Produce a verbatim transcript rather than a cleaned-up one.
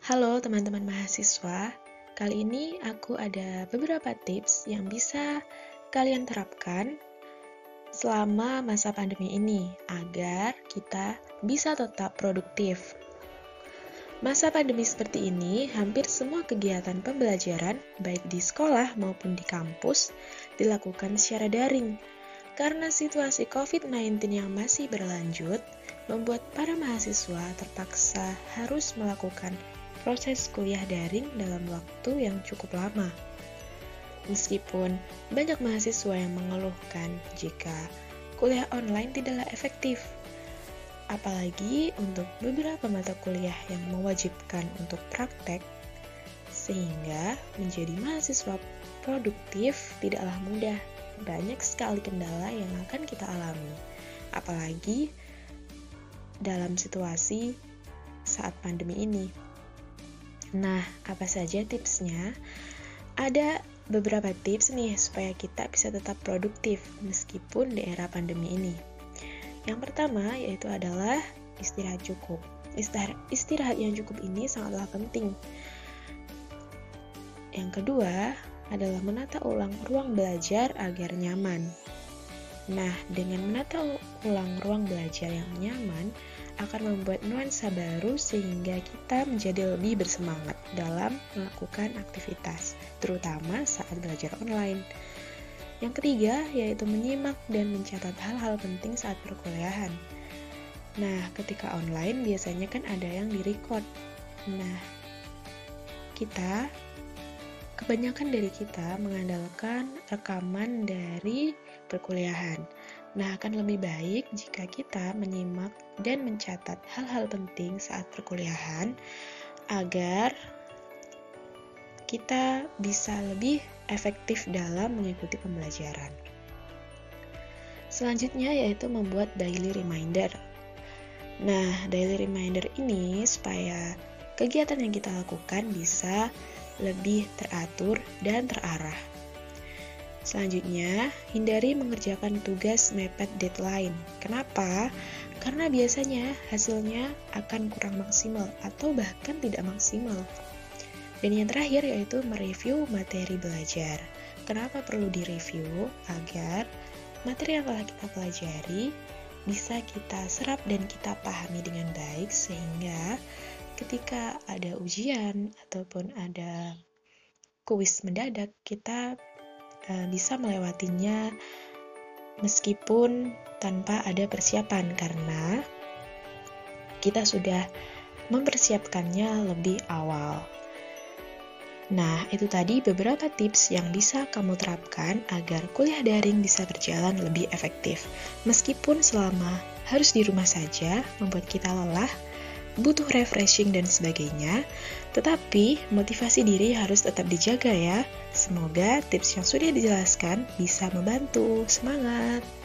Halo teman-teman mahasiswa, kali ini aku ada beberapa tips yang bisa kalian terapkan selama masa pandemi ini agar kita bisa tetap produktif. Masa pandemi seperti ini, hampir semua kegiatan pembelajaran, baik di sekolah maupun di kampus, dilakukan secara daring. Karena situasi covid sembilan belas yang masih berlanjut, membuat para mahasiswa terpaksa harus melakukan proses kuliah daring dalam waktu yang cukup lama. Meskipun banyak mahasiswa yang mengeluhkan jika kuliah online tidaklah efektif, apalagi untuk beberapa mata kuliah yang mewajibkan untuk praktek, sehingga menjadi mahasiswa produktif tidaklah mudah. Banyak sekali kendala yang akan kita alami, apalagi dalam situasi saat pandemi ini. Nah, apa saja tipsnya? Ada beberapa tips nih supaya kita bisa tetap produktif meskipun di era pandemi ini. Yang pertama yaitu adalah istirahat cukup. Istirahat yang cukup ini sangatlah penting. Yang kedua adalah menata ulang ruang belajar agar nyaman. Nah, dengan menata ulang ruang belajar yang nyaman akan membuat nuansa baru sehingga kita menjadi lebih bersemangat dalam melakukan aktivitas, terutama saat belajar online. Yang ketiga yaitu menyimak dan mencatat hal-hal penting saat perkuliahan. Nah, ketika online biasanya kan ada yang di-record. Nah, kita Kebanyakan dari kita mengandalkan rekaman dari perkuliahan. Nah, akan lebih baik jika kita menyimak dan mencatat hal-hal penting saat perkuliahan agar kita bisa lebih efektif dalam mengikuti pembelajaran. Selanjutnya yaitu membuat daily reminder. Nah, daily reminder ini supaya kegiatan yang kita lakukan bisa lebih teratur dan terarah. Selanjutnya, hindari mengerjakan tugas mepet deadline. Kenapa? Karena biasanya hasilnya akan kurang maksimal atau bahkan tidak maksimal. Dan yang terakhir yaitu mereview materi belajar. Kenapa perlu direview? Agar materi yang telah kita pelajari bisa kita serap dan kita pahami dengan baik sehingga ketika ada ujian ataupun ada kuis mendadak, kita uh, bisa melewatinya meskipun tanpa ada persiapan karena kita sudah mempersiapkannya lebih awal. Nah, itu tadi beberapa tips yang bisa kamu terapkan agar kuliah daring bisa berjalan lebih efektif. Meskipun selama harus di rumah saja membuat kita lelah, butuh refreshing dan sebagainya, tetapi motivasi diri harus tetap dijaga ya. Semoga tips yang sudah dijelaskan bisa membantu. Semangat!